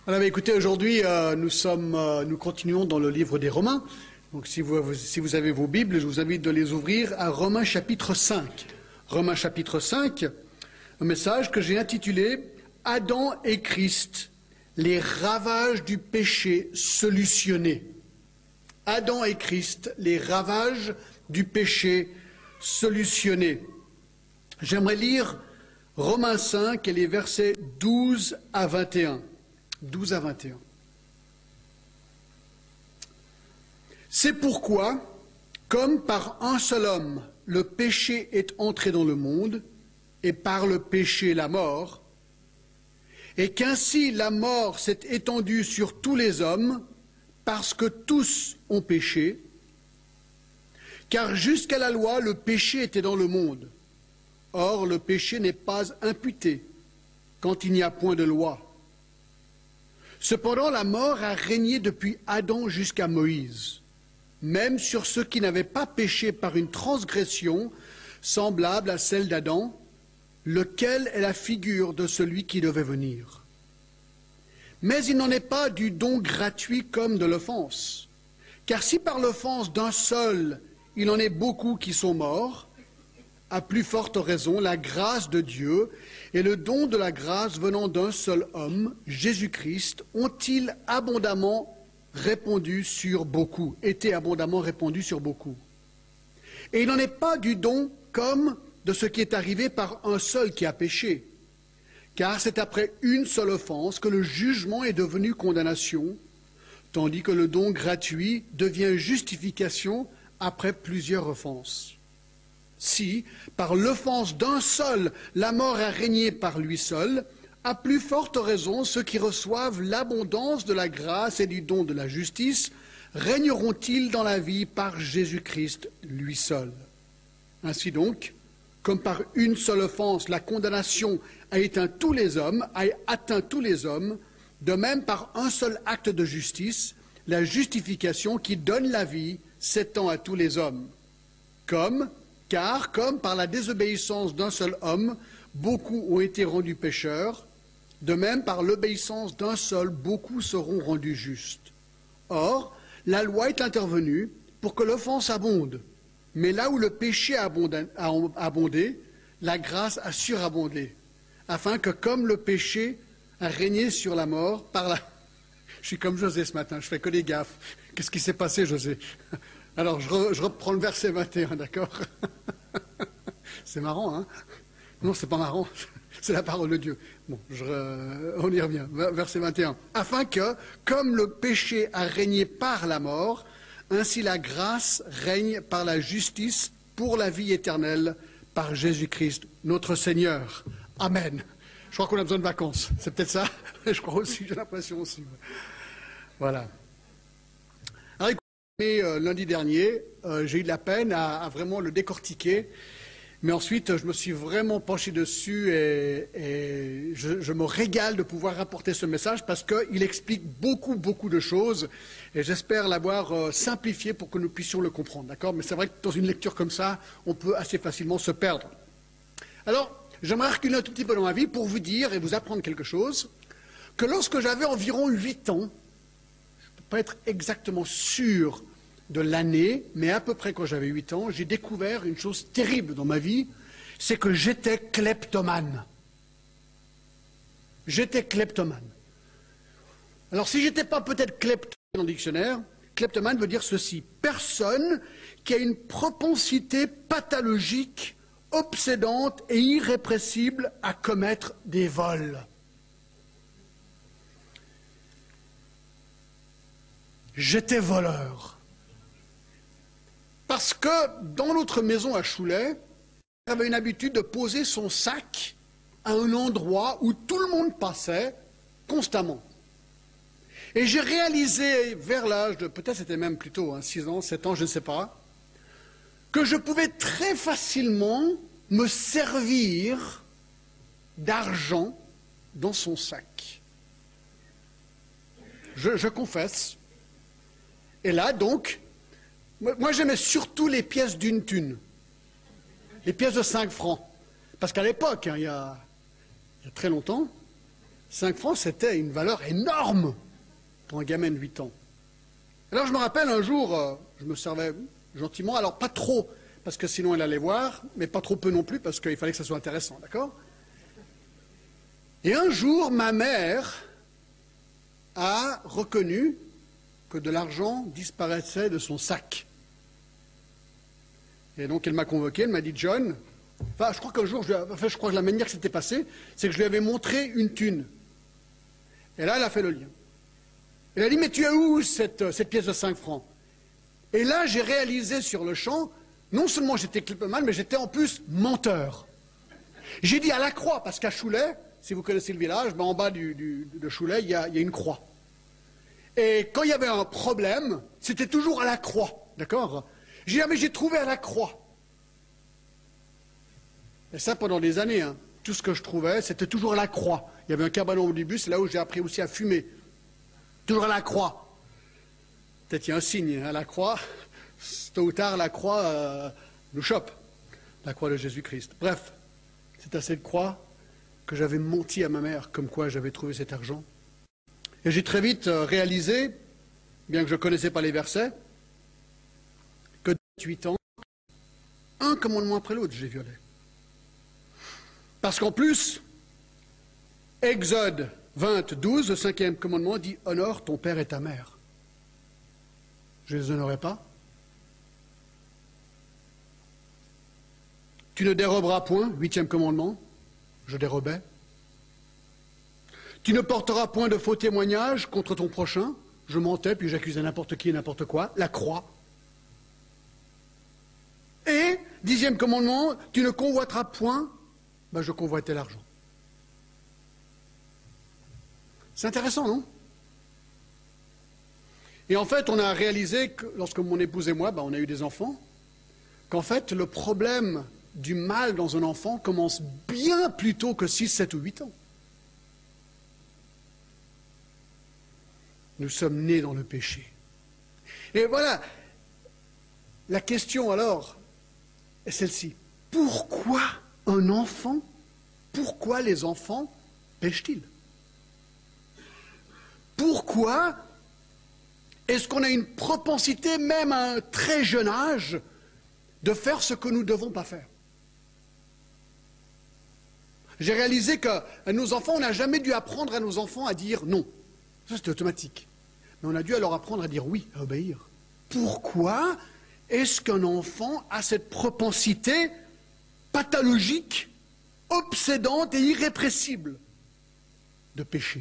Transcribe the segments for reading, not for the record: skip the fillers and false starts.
Voilà, écoutez, aujourd'hui, nous continuons dans le livre des Romains. Donc, si vous avez vos Bibles, je vous invite de les ouvrir à Romains chapitre 5. Romains chapitre 5, un message que j'ai intitulé « Adam et Christ, les ravages du péché solutionnés ». Adam et Christ, les ravages du péché solutionnés. J'aimerais lire Romains 5 et les versets 12 à 21. 12 à 21. C'est pourquoi, comme par un seul homme, le péché est entré dans le monde, et par le péché la mort, et qu'ainsi la mort s'est étendue sur tous les hommes, parce que tous ont péché, car jusqu'à la loi, le péché était dans le monde. Or, le péché n'est pas imputé quand il n'y a point de loi. Cependant, la mort a régné depuis Adam jusqu'à Moïse, même sur ceux qui n'avaient pas péché par une transgression semblable à celle d'Adam, lequel est la figure de celui qui devait venir. Mais il n'en est pas du don gratuit comme de l'offense. Car si par l'offense d'un seul, il en est beaucoup qui sont morts, à plus forte raison, la grâce de Dieu et le don de la grâce venant d'un seul homme, Jésus-Christ, ont-ils abondamment répandu sur beaucoup, été abondamment répandus sur beaucoup. Et il n'en est pas du don comme de ce qui est arrivé par un seul qui a péché, car c'est après une seule offense que le jugement est devenu condamnation, tandis que le don gratuit devient justification après plusieurs offenses. Si, par l'offense d'un seul, la mort a régné par lui seul, à plus forte raison, ceux qui reçoivent l'abondance de la grâce et du don de la justice régneront-ils dans la vie par Jésus-Christ lui seul. Ainsi donc, comme par une seule offense, la condamnation a atteint tous les hommes, de même par un seul acte de justice, la justification qui donne la vie s'étend à tous les hommes. Car, comme par la désobéissance d'un seul homme, beaucoup ont été rendus pécheurs, de même par l'obéissance d'un seul, beaucoup seront rendus justes. Or, la loi est intervenue pour que l'offense abonde, mais là où le péché a abondé, la grâce a surabondé, afin que comme le péché a régné sur la mort, par la... Je suis comme José ce matin, je fais que des gaffes. Qu'est-ce qui s'est passé, José ? Alors, je reprends le verset 21, d'accord? C'est marrant, hein? Non, c'est pas marrant, c'est la parole de Dieu. Bon, on y revient, verset 21. Afin que, comme le péché a régné par la mort, ainsi la grâce règne par la justice pour la vie éternelle, par Jésus-Christ, notre Seigneur. Amen. Je crois qu'on a besoin de vacances, c'est peut-être ça? Je crois aussi, j'ai l'impression aussi. Voilà. Et lundi dernier, j'ai eu de la peine à vraiment le décortiquer, mais ensuite je me suis vraiment penché dessus et je me régale de pouvoir rapporter ce message parce qu'il explique beaucoup de choses et j'espère l'avoir simplifié pour que nous puissions le comprendre, d'accord? Mais c'est vrai que dans une lecture comme ça, on peut assez facilement se perdre. Alors, j'aimerais reculer un tout petit peu dans ma vie pour vous dire et vous apprendre quelque chose, que lorsque j'avais environ 8 ans, pas être exactement sûr de l'année, mais à peu près quand j'avais 8 ans, j'ai découvert une chose terrible dans ma vie, c'est que j'étais kleptomane. J'étais kleptomane. Alors si j'étais pas peut-être kleptomane dans le dictionnaire, kleptomane veut dire ceci, personne qui a une propensité pathologique, obsédante et irrépressible à commettre des vols. J'étais voleur. Parce que dans notre maison à Chouley, on avait une habitude de poser son sac à un endroit où tout le monde passait constamment. Et j'ai réalisé vers l'âge de, peut-être c'était même plutôt 6 ans, 7 ans, je ne sais pas, que je pouvais très facilement me servir d'argent dans son sac. Je confesse. Et là, donc, moi j'aimais surtout les pièces d'une thune, les pièces de 5 francs. Parce qu'à l'époque, il y a très longtemps, 5 francs, c'était une valeur énorme pour un gamin de 8 ans. Alors je me rappelle un jour, je me servais gentiment, alors pas trop, parce que sinon elle allait voir, mais pas trop peu non plus, parce qu'il fallait que ça soit intéressant, d'accord? Et un jour, ma mère a reconnu que de l'argent disparaissait de son sac. Et donc elle m'a convoqué, elle m'a dit, John, enfin je crois qu'un jour, je crois que la manière que c'était passé, c'est que je lui avais montré une thune. Et là, elle a fait le lien. Elle a dit, mais tu as où cette pièce de 5 francs? Et là, j'ai réalisé sur le champ, non seulement j'étais kleptomane, mais j'étais en plus menteur. J'ai dit à la croix, parce qu'à Chouley, si vous connaissez le village, ben en bas de Chouley, il y a une croix. Et quand il y avait un problème, c'était toujours à la croix, d'accord? J'ai dit, ah, mais j'ai trouvé à la croix. Et ça pendant des années, hein. Tout ce que je trouvais, c'était toujours à la croix. Il y avait un cabanon omnibus, c'est là où j'ai appris aussi à fumer. Toujours à la croix. Peut-être il y a un signe, à la croix, tôt ou tard, la croix nous chope. La croix de Jésus-Christ. Bref, c'est à cette croix que j'avais menti à ma mère, comme quoi j'avais trouvé cet argent. Et j'ai très vite réalisé, bien que je ne connaissais pas les versets, que 18 ans, un commandement après l'autre, j'ai violé. Parce qu'en plus, Exode 20, 12, le 5e commandement dit « Honore ton père et ta mère ». Je ne les honorais pas. Tu ne déroberas point, 8e commandement, je dérobais. Tu ne porteras point de faux témoignages contre ton prochain, je mentais, puis j'accusais n'importe qui et n'importe quoi, la croix. Et, 10e commandement, tu ne convoiteras point, ben je convoitais l'argent. C'est intéressant, non? Et en fait, on a réalisé, que, lorsque mon épouse et moi, ben, on a eu des enfants, qu'en fait, le problème du mal dans un enfant commence bien plus tôt que 6, 7 ou 8 ans. Nous sommes nés dans le péché. Et voilà, la question alors est celle-ci. Pourquoi un enfant, pourquoi les enfants pêchent-ils? Pourquoi est-ce qu'on a une propensité, même à un très jeune âge, de faire ce que nous ne devons pas faire? J'ai réalisé que nos enfants, on n'a jamais dû apprendre à nos enfants à dire non. Ça, c'était automatique. Mais on a dû leur apprendre à dire oui, à obéir. Pourquoi est-ce qu'un enfant a cette propensité pathologique, obsédante et irrépressible de pécher?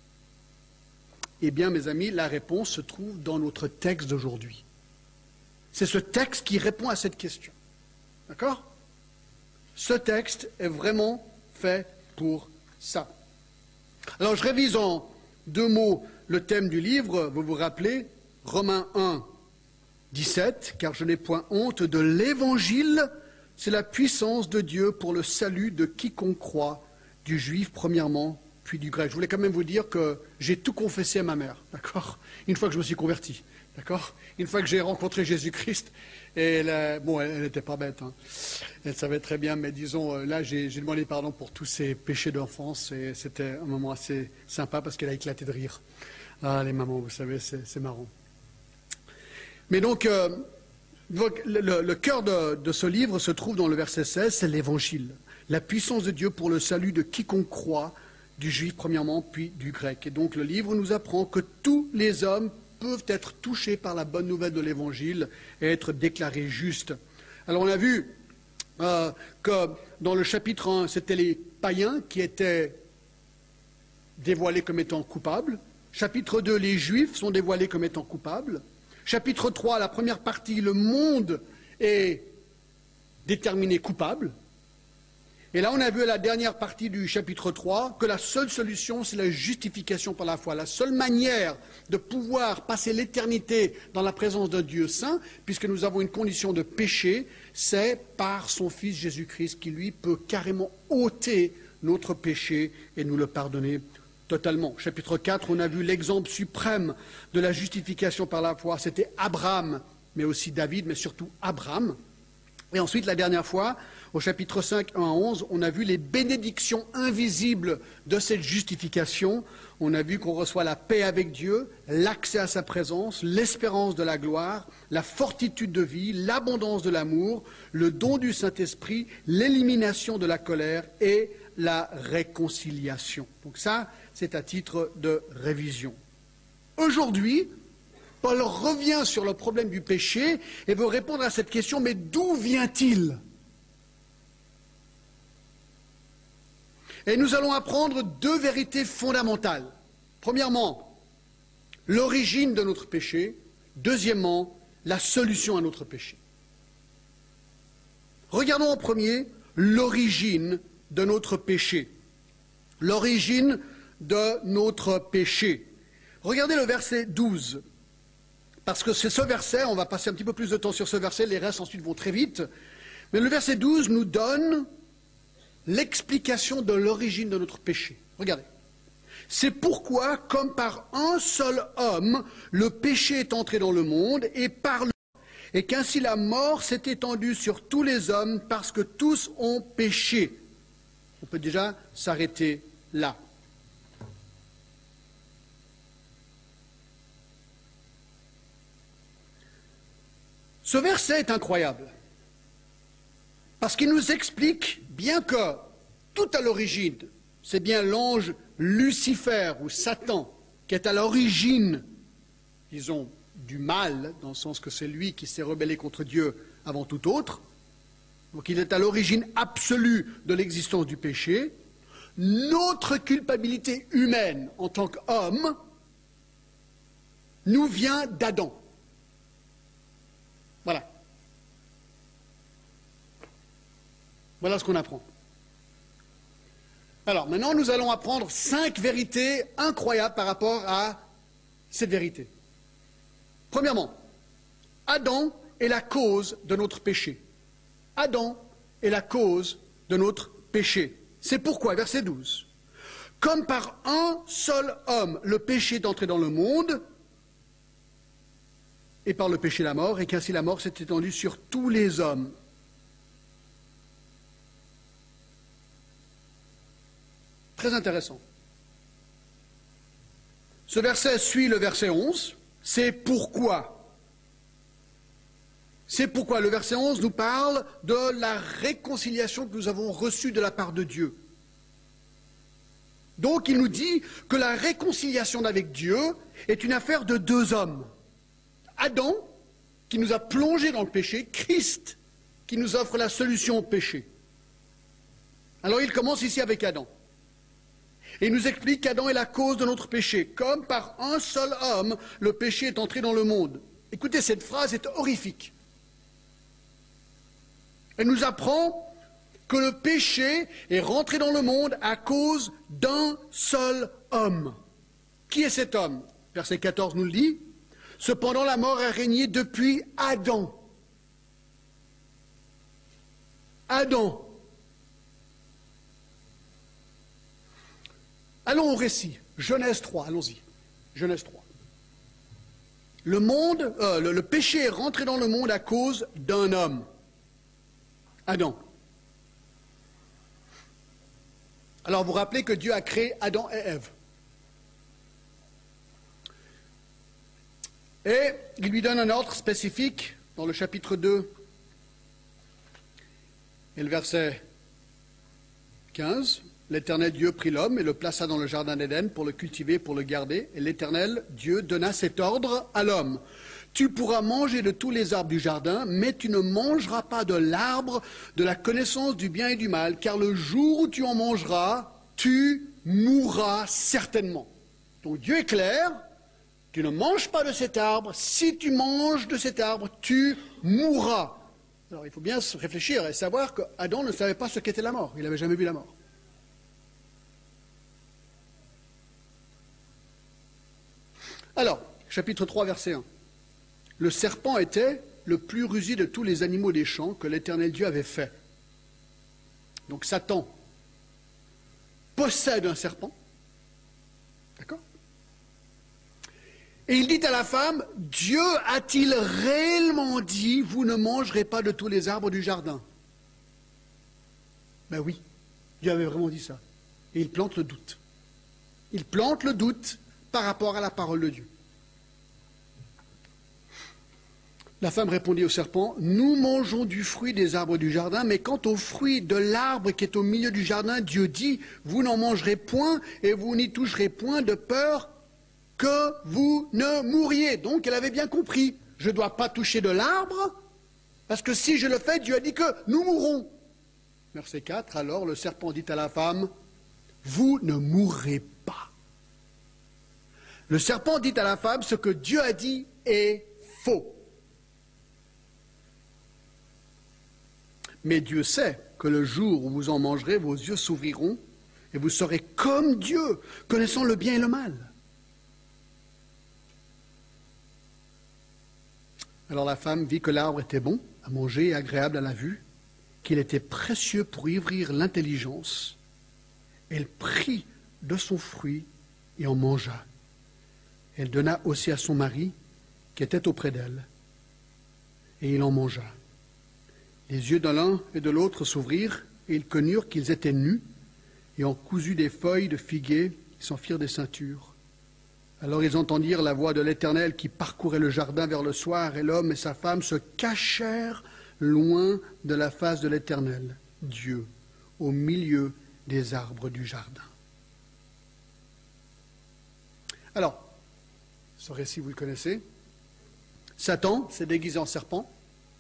Eh bien, mes amis, la réponse se trouve dans notre texte d'aujourd'hui. C'est ce texte qui répond à cette question. D'accord? Ce texte est vraiment fait pour ça. Alors, je révise en 2 mots le thème du livre. Vous vous rappelez, Romains 1, 17, car je n'ai point honte de l'Évangile, c'est la puissance de Dieu pour le salut de quiconque croit, du juif premièrement, puis du grec. Je voulais quand même vous dire que j'ai tout confessé à ma mère, d'accord? Une fois que je me suis converti, d'accord? Une fois que j'ai rencontré Jésus-Christ, et elle n'était pas bête, hein. Elle savait très bien, mais disons, là, j'ai demandé pardon pour tous ces péchés d'enfance, et c'était un moment assez sympa parce qu'elle a éclaté de rire. Ah, les mamans, vous savez, c'est marrant. Mais donc, le cœur de ce livre se trouve dans le verset 16, c'est l'Évangile. La puissance de Dieu pour le salut de quiconque croit, du juif premièrement, puis du grec. Et donc le livre nous apprend que tous les hommes peuvent être touchés par la bonne nouvelle de l'Évangile et être déclarés justes. Alors on a vu que dans le chapitre 1, c'était les païens qui étaient dévoilés comme étant coupables. Chapitre 2, les juifs sont dévoilés comme étant coupables. Chapitre 3, la première partie, le monde est déterminé coupable. Et là, on a vu à la dernière partie du chapitre 3 que la seule solution, c'est la justification par la foi. La seule manière de pouvoir passer l'éternité dans la présence d'un Dieu saint, puisque nous avons une condition de péché, c'est par son Fils Jésus-Christ qui, lui, peut carrément ôter notre péché et nous le pardonner totalement. Chapitre 4, on a vu l'exemple suprême de la justification par la foi. C'était Abraham, mais aussi David, mais surtout Abraham. Et ensuite, la dernière fois, au chapitre 5, 1 à 11, on a vu les bénédictions invisibles de cette justification. On a vu qu'on reçoit la paix avec Dieu, l'accès à sa présence, l'espérance de la gloire, la fortitude de vie, l'abondance de l'amour, le don du Saint-Esprit, l'élimination de la colère et la réconciliation. Donc ça, c'est à titre de révision. Aujourd'hui, Paul revient sur le problème du péché et veut répondre à cette question, mais d'où vient-il? Et nous allons apprendre deux vérités fondamentales. Premièrement, l'origine de notre péché. Deuxièmement, la solution à notre péché. Regardons en premier l'origine de notre péché. L'origine de notre péché. Regardez le verset 12. Parce que c'est ce verset, on va passer un petit peu plus de temps sur ce verset, les restes ensuite vont très vite. Mais le verset 12 nous donne l'explication de l'origine de notre péché. Regardez. C'est pourquoi, comme par un seul homme, le péché est entré dans le monde, et qu'ainsi la mort s'est étendue sur tous les hommes, parce que tous ont péché. On peut déjà s'arrêter là. Ce verset est incroyable, parce qu'il nous explique bien que tout à l'origine, c'est bien l'ange Lucifer ou Satan qui est à l'origine, disons, du mal, dans le sens que c'est lui qui s'est rebellé contre Dieu avant tout autre. Donc il est à l'origine absolue de l'existence du péché. Notre culpabilité humaine en tant qu'homme nous vient d'Adam. Voilà. Voilà ce qu'on apprend. Alors, maintenant, nous allons apprendre 5 vérités incroyables par rapport à cette vérité. Premièrement, Adam est la cause de notre péché. Adam est la cause de notre péché. C'est pourquoi, verset 12, « Comme par un seul homme, le péché est entré dans le monde, et par le péché la mort, et qu'ainsi la mort s'est étendue sur tous les hommes. » Très intéressant. Ce verset suit le verset 11. C'est pourquoi. C'est pourquoi le verset 11 nous parle de la réconciliation que nous avons reçue de la part de Dieu. Donc il nous dit que la réconciliation avec Dieu est une affaire de 2 hommes. Adam, qui nous a plongés dans le péché, Christ, qui nous offre la solution au péché. Alors il commence ici avec Adam. Et il nous explique qu'Adam est la cause de notre péché. Comme par un seul homme, le péché est entré dans le monde. Écoutez, cette phrase est horrifique. Elle nous apprend que le péché est rentré dans le monde à cause d'un seul homme. Qui est cet homme? Verset 14 nous le dit. Cependant, la mort a régné depuis Adam. Adam. Allons au récit. Genèse 3, allons-y. Genèse 3. Le péché est rentré dans le monde à cause d'un homme. Adam. Alors vous rappelez que Dieu a créé Adam et Ève. Et il lui donne un ordre spécifique dans le chapitre 2 et le verset 15. L'Éternel Dieu prit l'homme et le plaça dans le jardin d'Éden pour le cultiver, pour le garder. Et l'Éternel Dieu donna cet ordre à l'homme. Tu pourras manger de tous les arbres du jardin, mais tu ne mangeras pas de l'arbre de la connaissance du bien et du mal, car le jour où tu en mangeras, tu mourras certainement. Donc Dieu est clair, tu ne manges pas de cet arbre, si tu manges de cet arbre, tu mourras. Alors il faut bien se réfléchir et savoir qu'Adam ne savait pas ce qu'était la mort, il n'avait jamais vu la mort. Alors, chapitre 3, verset 1. Le serpent était le plus rusé de tous les animaux des champs que l'Éternel Dieu avait fait. Donc Satan possède un serpent. D'accord? Et il dit à la femme, Dieu a-t-il réellement dit, vous ne mangerez pas de tous les arbres du jardin? Ben oui, Dieu avait vraiment dit ça. Et il plante le doute. Il plante le doute par rapport à la parole de Dieu. La femme répondit au serpent, nous mangeons du fruit des arbres du jardin, mais quant au fruit de l'arbre qui est au milieu du jardin, Dieu dit, vous n'en mangerez point et vous n'y toucherez point de peur que vous ne mouriez. Donc elle avait bien compris, je ne dois pas toucher de l'arbre, parce que si je le fais, Dieu a dit que nous mourrons. Verset 4, alors le serpent dit à la femme, vous ne mourrez pas. Le serpent dit à la femme, ce que Dieu a dit est faux. Mais Dieu sait que le jour où vous en mangerez, vos yeux s'ouvriront et vous serez comme Dieu, connaissant le bien et le mal. Alors la femme vit que l'arbre était bon à manger et agréable à la vue, qu'il était précieux pour ivrir l'intelligence. Elle prit de son fruit et en mangea. Elle donna aussi à son mari, qui était auprès d'elle, et il en mangea. Les yeux de l'un et de l'autre s'ouvrirent, et ils connurent qu'ils étaient nus, et en cousu des feuilles de figuier, ils s'en firent des ceintures. Alors ils entendirent la voix de l'Éternel qui parcourait le jardin vers le soir, et l'homme et sa femme se cachèrent loin de la face de l'Éternel, Dieu, au milieu des arbres du jardin. Alors, ce récit, vous le connaissez. Satan s'est déguisé en serpent.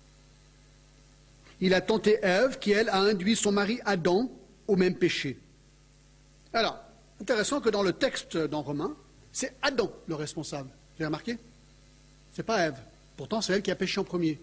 Il a tenté Ève, qui, elle, a induit son mari Adam au même péché. Alors, intéressant que dans le texte dans Romains, c'est Adam le responsable. Vous avez remarqué? Ce n'est pas Ève. Pourtant, c'est elle qui a péché en premier.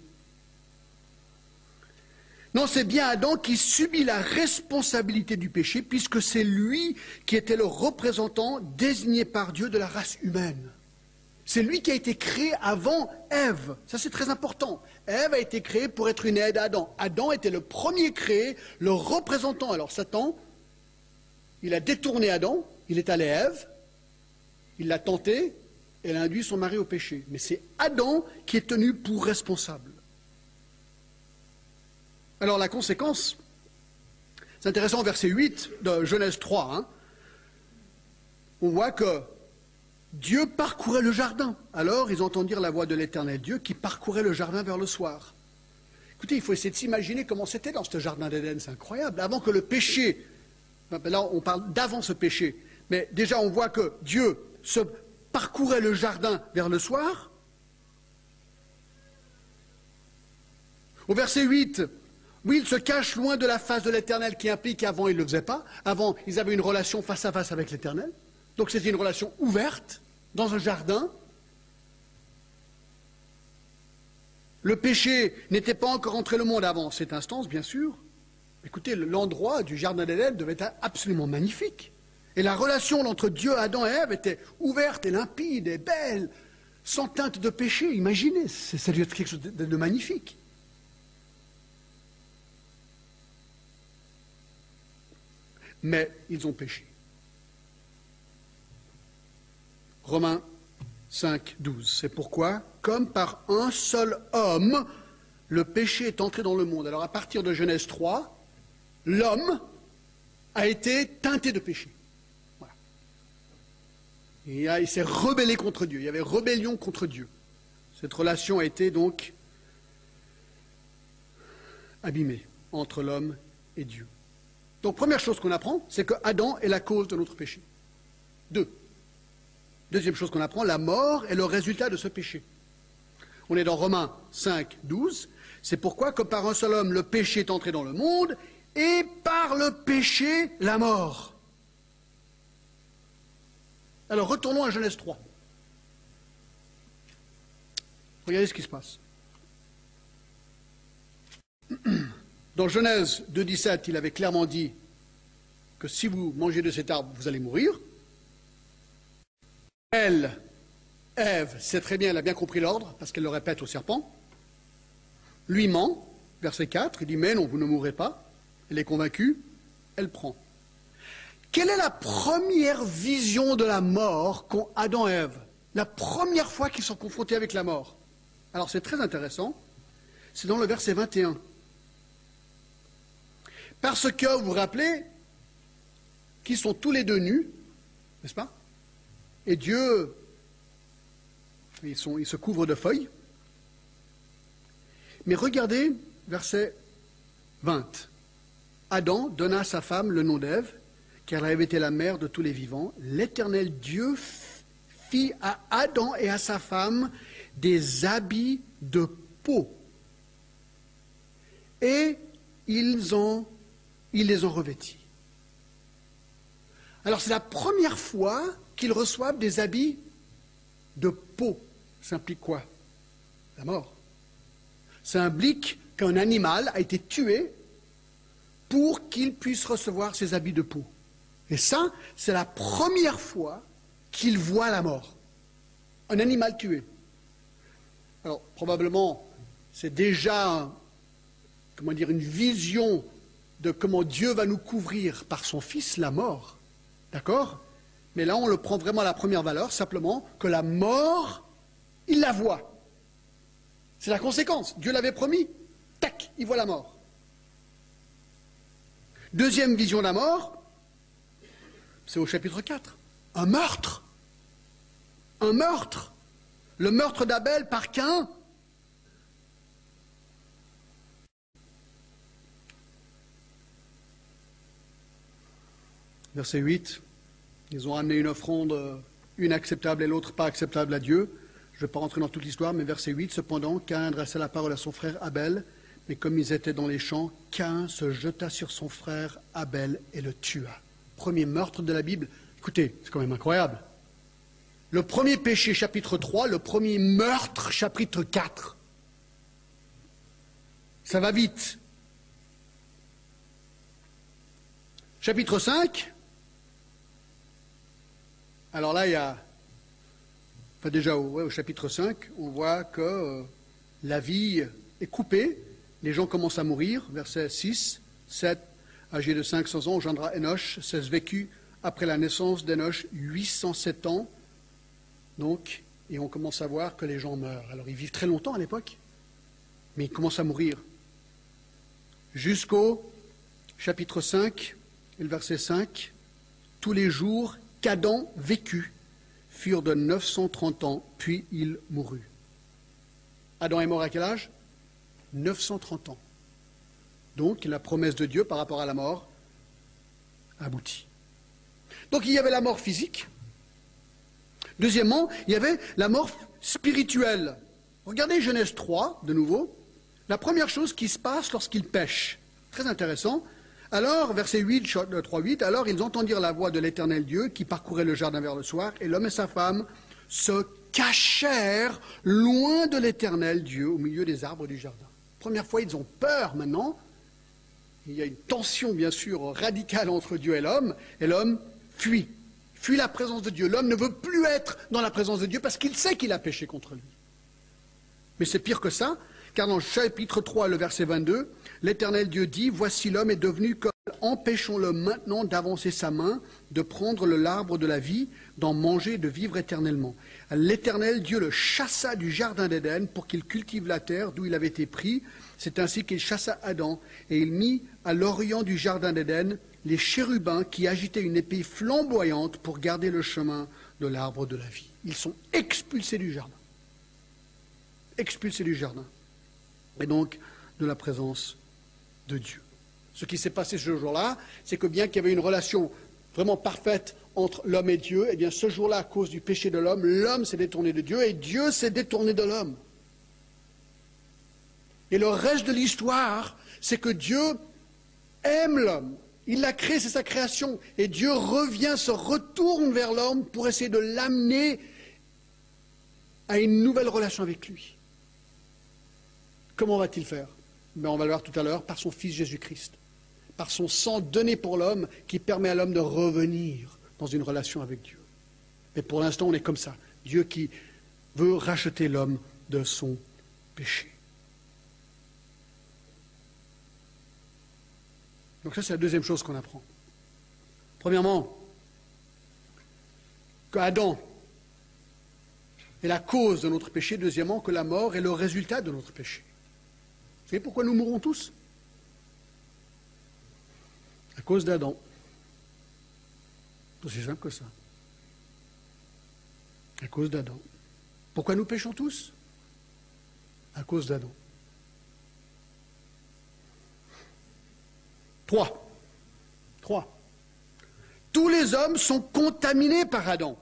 Non, c'est bien Adam qui subit la responsabilité du péché, puisque c'est lui qui était le représentant désigné par Dieu de la race humaine. C'est lui qui a été créé avant Ève. Ça, c'est très important. Ève a été créée pour être une aide à Adam. Adam était le premier créé, le représentant. Alors Satan, il a détourné Adam, il est allé à Ève, il l'a tenté, et elle a induit son mari au péché. Mais c'est Adam qui est tenu pour responsable. Alors la conséquence, c'est intéressant, au verset 8 de Genèse 3, on voit que Dieu parcourait le jardin. Alors ils entendirent la voix de l'Éternel Dieu qui parcourait le jardin vers le soir. Écoutez, il faut essayer de s'imaginer comment c'était dans ce jardin d'Éden, c'est incroyable. Avant que le péché, là on parle d'avant ce péché, mais déjà on voit que Dieu se parcourait le jardin vers le soir. Au verset 8, oui, il se cache loin de la face de l'Éternel, qui implique qu'avant ils ne le faisaient pas. Avant, ils avaient une relation face à face avec l'Éternel. Donc c'était une relation ouverte, dans un jardin. Le péché n'était pas encore entré le monde avant cette instance, bien sûr. Écoutez, l'endroit du jardin d'Éden devait être absolument magnifique. Et la relation entre Dieu, Adam et Ève était ouverte et limpide et belle, sans teinte de péché. Imaginez, ça devait être quelque chose de magnifique. Mais ils ont péché. Romains 5, 12. C'est pourquoi, comme par un seul homme, le péché est entré dans le monde. Alors à partir de Genèse 3, l'homme a été teinté de péché. Voilà. Et il s'est rebellé contre Dieu. Il y avait rébellion contre Dieu. Cette relation a été donc abîmée entre l'homme et Dieu. Donc première chose qu'on apprend, c'est que Adam est la cause de notre péché. Deuxième chose qu'on apprend, la mort est le résultat de ce péché. On est dans Romains 5, 12. C'est pourquoi, comme par un seul homme, le péché est entré dans le monde, et par le péché, la mort. Alors, retournons à Genèse 3. Regardez ce qui se passe. Dans Genèse 2, 17, il avait clairement dit que si vous mangez de cet arbre, vous allez mourir. Elle, Ève, sait très bien, elle a bien compris l'ordre, parce qu'elle le répète au serpent. Lui ment, verset 4, il dit « Mais non, vous ne mourrez pas ». Elle est convaincue, elle prend. Quelle est la première vision de la mort qu'ont Adam et Ève? La première fois qu'ils sont confrontés avec la mort. Alors c'est très intéressant, c'est dans le verset 21. Parce que, vous vous rappelez, qu'ils sont tous les deux nus, n'est-ce pas? Et Dieu, ils se couvrent de feuilles. Mais regardez, verset 20. Adam donna à sa femme le nom d'Ève, car elle avait été la mère de tous les vivants. L'Éternel Dieu fit à Adam et à sa femme des habits de peau. Et il les ont revêtis. Alors c'est la première fois qu'ils reçoivent des habits de peau. Ça implique quoi? La mort. Ça implique qu'un animal a été tué pour qu'il puisse recevoir ses habits de peau. Et ça, c'est la première fois qu'ils voient la mort. Un animal tué. Alors, probablement, c'est déjà, une vision de comment Dieu va nous couvrir par son Fils, la mort. D'accord? Mais là, on le prend vraiment à la première valeur, simplement que la mort, il la voit. C'est la conséquence. Dieu l'avait promis. Tac, il voit la mort. Deuxième vision de la mort, c'est au chapitre 4. Un meurtre. Un meurtre. Le meurtre d'Abel par Caïn. Verset 8. Ils ont amené une offrande, une acceptable et l'autre pas acceptable à Dieu. Je ne vais pas rentrer dans toute l'histoire, mais verset 8, cependant, Caïn adressa la parole à son frère Abel, mais comme ils étaient dans les champs, Caïn se jeta sur son frère Abel et le tua. Premier meurtre de la Bible. Écoutez, c'est quand même incroyable. Le premier péché, chapitre 3, le premier meurtre, chapitre 4. Ça va vite. Chapitre 5. Alors là, il y a... Enfin, déjà, au chapitre 5, on voit que la vie est coupée, les gens commencent à mourir, verset 6, 7, âgé de 500 ans, engendra Enoch, 16 vécu après la naissance d'Enoch, 807 ans, donc, et on commence à voir que les gens meurent. Alors, ils vivent très longtemps à l'époque, mais ils commencent à mourir. Jusqu'au chapitre 5, et le verset 5, tous les jours qu'Adam vécut furent de 930 ans, puis il mourut. Adam est mort à quel âge? 930 ans. Donc, la promesse de Dieu par rapport à la mort aboutit. Donc, il y avait la mort physique. Deuxièmement, il y avait la mort spirituelle. Regardez Genèse 3, de nouveau. La première chose qui se passe lorsqu'ils pêchent. Très intéressant. Alors, verset 8, 3-8, alors ils entendirent la voix de l'Éternel Dieu qui parcourait le jardin vers le soir, et l'homme et sa femme se cachèrent loin de l'Éternel Dieu au milieu des arbres du jardin. Première fois, ils ont peur maintenant. Il y a une tension, bien sûr, radicale entre Dieu et l'homme fuit la présence de Dieu. L'homme ne veut plus être dans la présence de Dieu parce qu'il sait qu'il a péché contre lui. Mais c'est pire que ça, car dans le chapitre 3, le verset 22, l'Éternel Dieu dit, « Voici l'homme est devenu comme, empêchons-le maintenant d'avancer sa main, de prendre l'arbre de la vie, d'en manger et de vivre éternellement. » L'Éternel Dieu le chassa du jardin d'Éden pour qu'il cultive la terre d'où il avait été pris. C'est ainsi qu'il chassa Adam, et il mit à l'orient du jardin d'Éden les chérubins qui agitaient une épée flamboyante pour garder le chemin de l'arbre de la vie. Ils sont expulsés du jardin. Expulsés du jardin. Et donc de la présence de Dieu. Ce qui s'est passé ce jour-là, c'est que bien qu'il y avait une relation vraiment parfaite entre l'homme et Dieu, eh bien ce jour-là, à cause du péché de l'homme s'est détourné de Dieu et Dieu s'est détourné de l'homme. Et le reste de l'histoire, c'est que Dieu aime l'homme. Il l'a créé, c'est sa création. Et Dieu revient, se retourne vers l'homme pour essayer de l'amener à une nouvelle relation avec lui. Comment va-t-il faire? Ben, on va le voir tout à l'heure, par son Fils Jésus-Christ. Par son sang donné pour l'homme qui permet à l'homme de revenir dans une relation avec Dieu. Mais pour l'instant, on est comme ça. Dieu qui veut racheter l'homme de son péché. Donc ça, c'est la deuxième chose qu'on apprend. Premièrement, qu'Adam est la cause de notre péché, deuxièmement, que la mort est le résultat de notre péché. Vous savez pourquoi nous mourrons tous? À cause d'Adam. C'est aussi simple que ça. À cause d'Adam. Pourquoi nous péchons tous? À cause d'Adam. 3. Tous les hommes sont contaminés par Adam.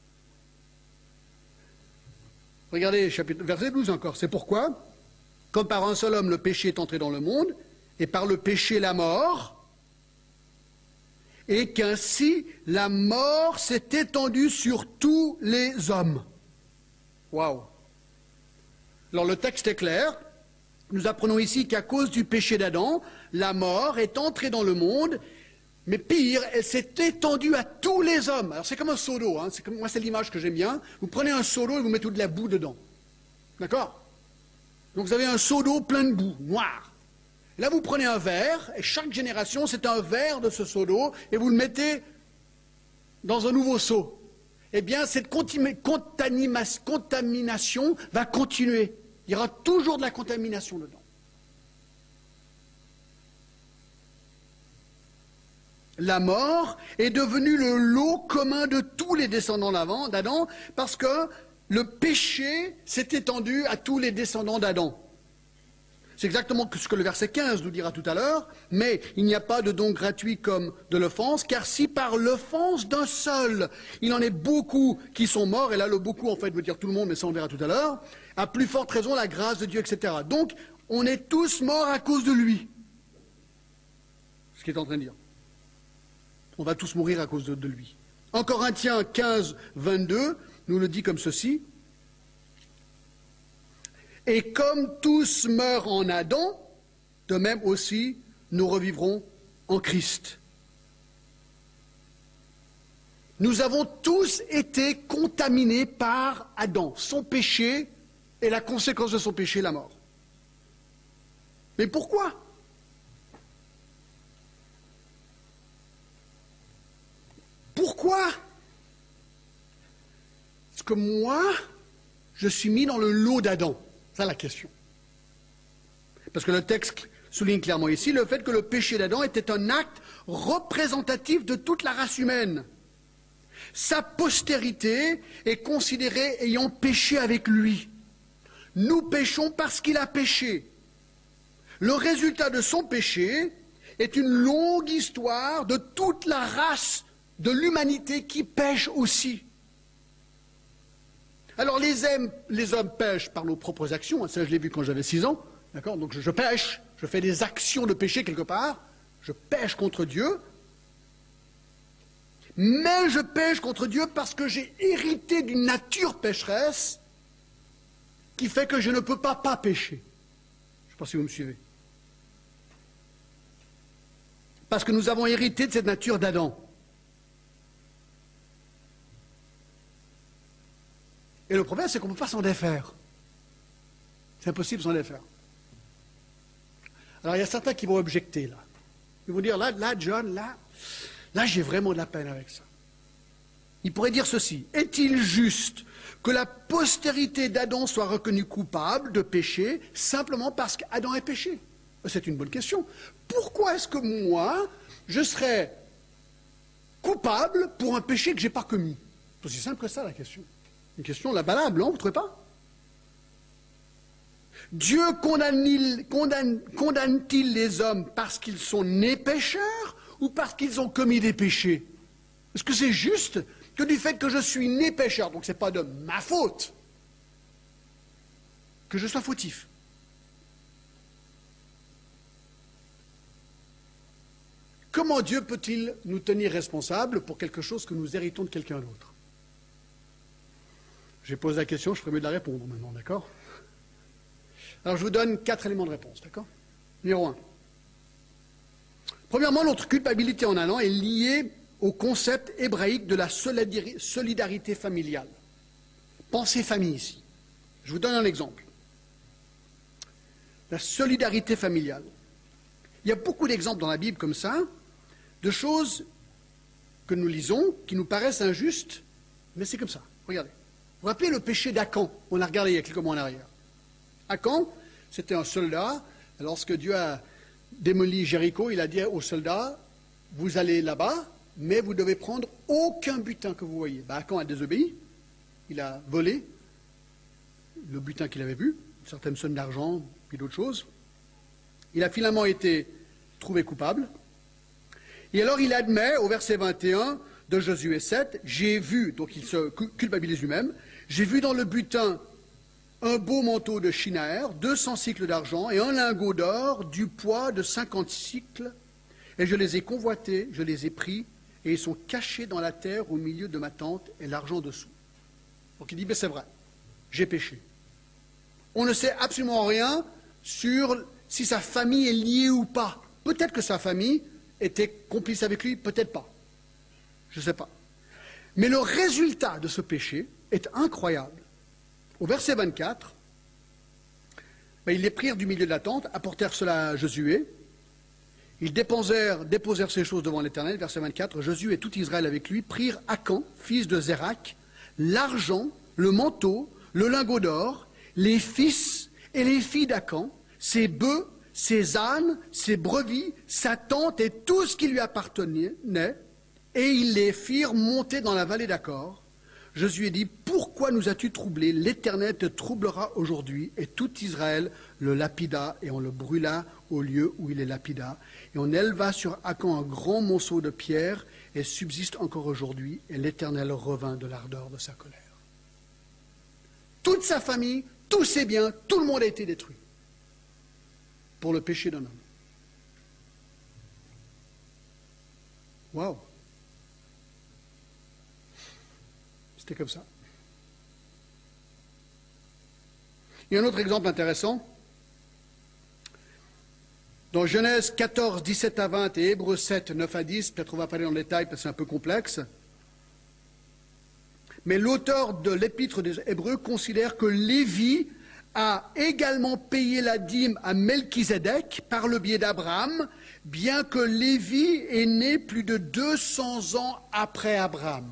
Regardez, verset 12 encore. C'est pourquoi, comme par un seul homme le péché est entré dans le monde, et par le péché la mort, et qu'ainsi la mort s'est étendue sur tous les hommes. Waouh! Alors le texte est clair. Nous apprenons ici qu'à cause du péché d'Adam, la mort est entrée dans le monde, mais pire, elle s'est étendue à tous les hommes. Alors c'est comme un seau d'eau, hein. Moi c'est l'image que j'aime bien. Vous prenez un seau d'eau et vous mettez de la boue dedans. D'accord? Donc vous avez un seau d'eau plein de boue, noire. Et là vous prenez un verre, et chaque génération c'est un verre de ce seau d'eau, et vous le mettez dans un nouveau seau. Eh bien cette contamination va continuer. Il y aura toujours de la contamination dedans. La mort est devenue le lot commun de tous les descendants d'Adam, parce que le péché s'est étendu à tous les descendants d'Adam. C'est exactement ce que le verset 15 nous dira tout à l'heure, mais il n'y a pas de don gratuit comme de l'offense, car si par l'offense d'un seul, il en est beaucoup qui sont morts, et là le beaucoup en fait veut dire tout le monde, mais ça on verra tout à l'heure, à plus forte raison la grâce de Dieu, etc. Donc on est tous morts à cause de lui. Ce qu'il est en train de dire. On va tous mourir à cause de lui. En Corinthiens 15, 22, nous le dit comme ceci. Et comme tous meurent en Adam, de même aussi nous revivrons en Christ. Nous avons tous été contaminés par Adam, son péché et la conséquence de son péché, la mort. Mais pourquoi ? Pourquoi est-ce que moi, je suis mis dans le lot d'Adam? C'est la question. Parce que le texte souligne clairement ici le fait que le péché d'Adam était un acte représentatif de toute la race humaine. Sa postérité est considérée ayant péché avec lui. Nous péchons parce qu'il a péché. Le résultat de son péché est une longue histoire de toute la race de l'humanité qui pêche aussi. Alors les hommes pêchent par nos propres actions, ça je l'ai vu quand j'avais 6 ans, d'accord? Donc je pêche, je fais des actions de péché quelque part, je pêche contre Dieu, mais je pêche contre Dieu parce que j'ai hérité d'une nature pécheresse qui fait que je ne peux pas pécher. Je ne sais pas si vous me suivez. Parce que nous avons hérité de cette nature d'Adam. Et le problème, c'est qu'on ne peut pas s'en défaire. C'est impossible de s'en défaire. Alors, il y a certains qui vont objecter, là. Ils vont dire, là, John, là, j'ai vraiment de la peine avec ça. Ils pourraient dire ceci. Est-il juste que la postérité d'Adam soit reconnue coupable de péché simplement parce qu'Adam est péché? C'est une bonne question. Pourquoi est-ce que moi, je serais coupable pour un péché que je n'ai pas commis? C'est aussi simple que ça, la question. Une question la valable, non, vous ne trouvez pas? Dieu condamne-t-il les hommes parce qu'ils sont nés pécheurs ou parce qu'ils ont commis des péchés? Est-ce que c'est juste que du fait que je suis né pécheur, donc ce n'est pas de ma faute, que je sois fautif? Comment Dieu peut-il nous tenir responsables pour quelque chose que nous héritons de quelqu'un d'autre? J'ai posé la question, je ferai mieux de la répondre maintenant, d'accord? Alors je vous donne 4 éléments de réponse, d'accord? Numéro 1. Premièrement, notre culpabilité en Adam est liée au concept hébraïque de la solidarité familiale. Pensez famille ici. Je vous donne un exemple. La solidarité familiale. Il y a beaucoup d'exemples dans la Bible comme ça, de choses que nous lisons, qui nous paraissent injustes, mais c'est comme ça. Regardez. vous rappelez le péché d'Akan? On l'a regardé il y a quelques mois en arrière. Akan, c'était un soldat. Lorsque Dieu a démoli Jéricho, il a dit aux soldats, vous allez là-bas, mais vous devez prendre aucun butin que vous voyez. Akan a désobéi, il a volé le butin qu'il avait vu, une certaine somme d'argent, puis d'autres choses. Il a finalement été trouvé coupable. Et alors il admet, au verset 21 de Josué 7, j'ai vu, donc il se culpabilise lui-même, j'ai vu dans le butin un beau manteau de Shinaër, 200 cycles d'argent et un lingot d'or du poids de 50 cycles, et je les ai convoités, je les ai pris, et ils sont cachés dans la terre au milieu de ma tente et l'argent dessous. Donc il dit, c'est vrai, j'ai péché. On ne sait absolument rien sur si sa famille est liée ou pas. Peut-être que sa famille était complice avec lui, peut-être pas. Je ne sais pas. Mais le résultat de ce péché est incroyable. Au verset 24, ils les prirent du milieu de la tente, apportèrent cela à Josué. Ils déposèrent ces choses devant l'Éternel. Verset 24, Josué et tout Israël avec lui prirent Akan, fils de Zérak, l'argent, le manteau, le lingot d'or, les fils et les filles d'Akan, ses bœufs, ses ânes, ses brebis, sa tente et tout ce qui lui appartenait, et ils les firent monter dans la vallée d'Achor. Josué dit, pourquoi nous as-tu troublés? L'Éternel te troublera aujourd'hui. Et tout Israël le lapida, et on le brûla au lieu où il est lapida. Et on éleva sur Akan un grand monceau de pierre, et subsiste encore aujourd'hui, et l'Éternel revint de l'ardeur de sa colère. Toute sa famille, tous ses biens, tout le monde a été détruit pour le péché d'un homme. Waouh! C'était comme ça. Il y a un autre exemple intéressant. Dans Genèse 14, 17 à 20 et Hébreux 7, 9 à 10, peut-être on va pas aller dans le détail parce que c'est un peu complexe, mais l'auteur de l'épître des Hébreux considère que Lévi a également payé la dîme à Melchizedek par le biais d'Abraham, bien que Lévi est né plus de 200 ans après Abraham.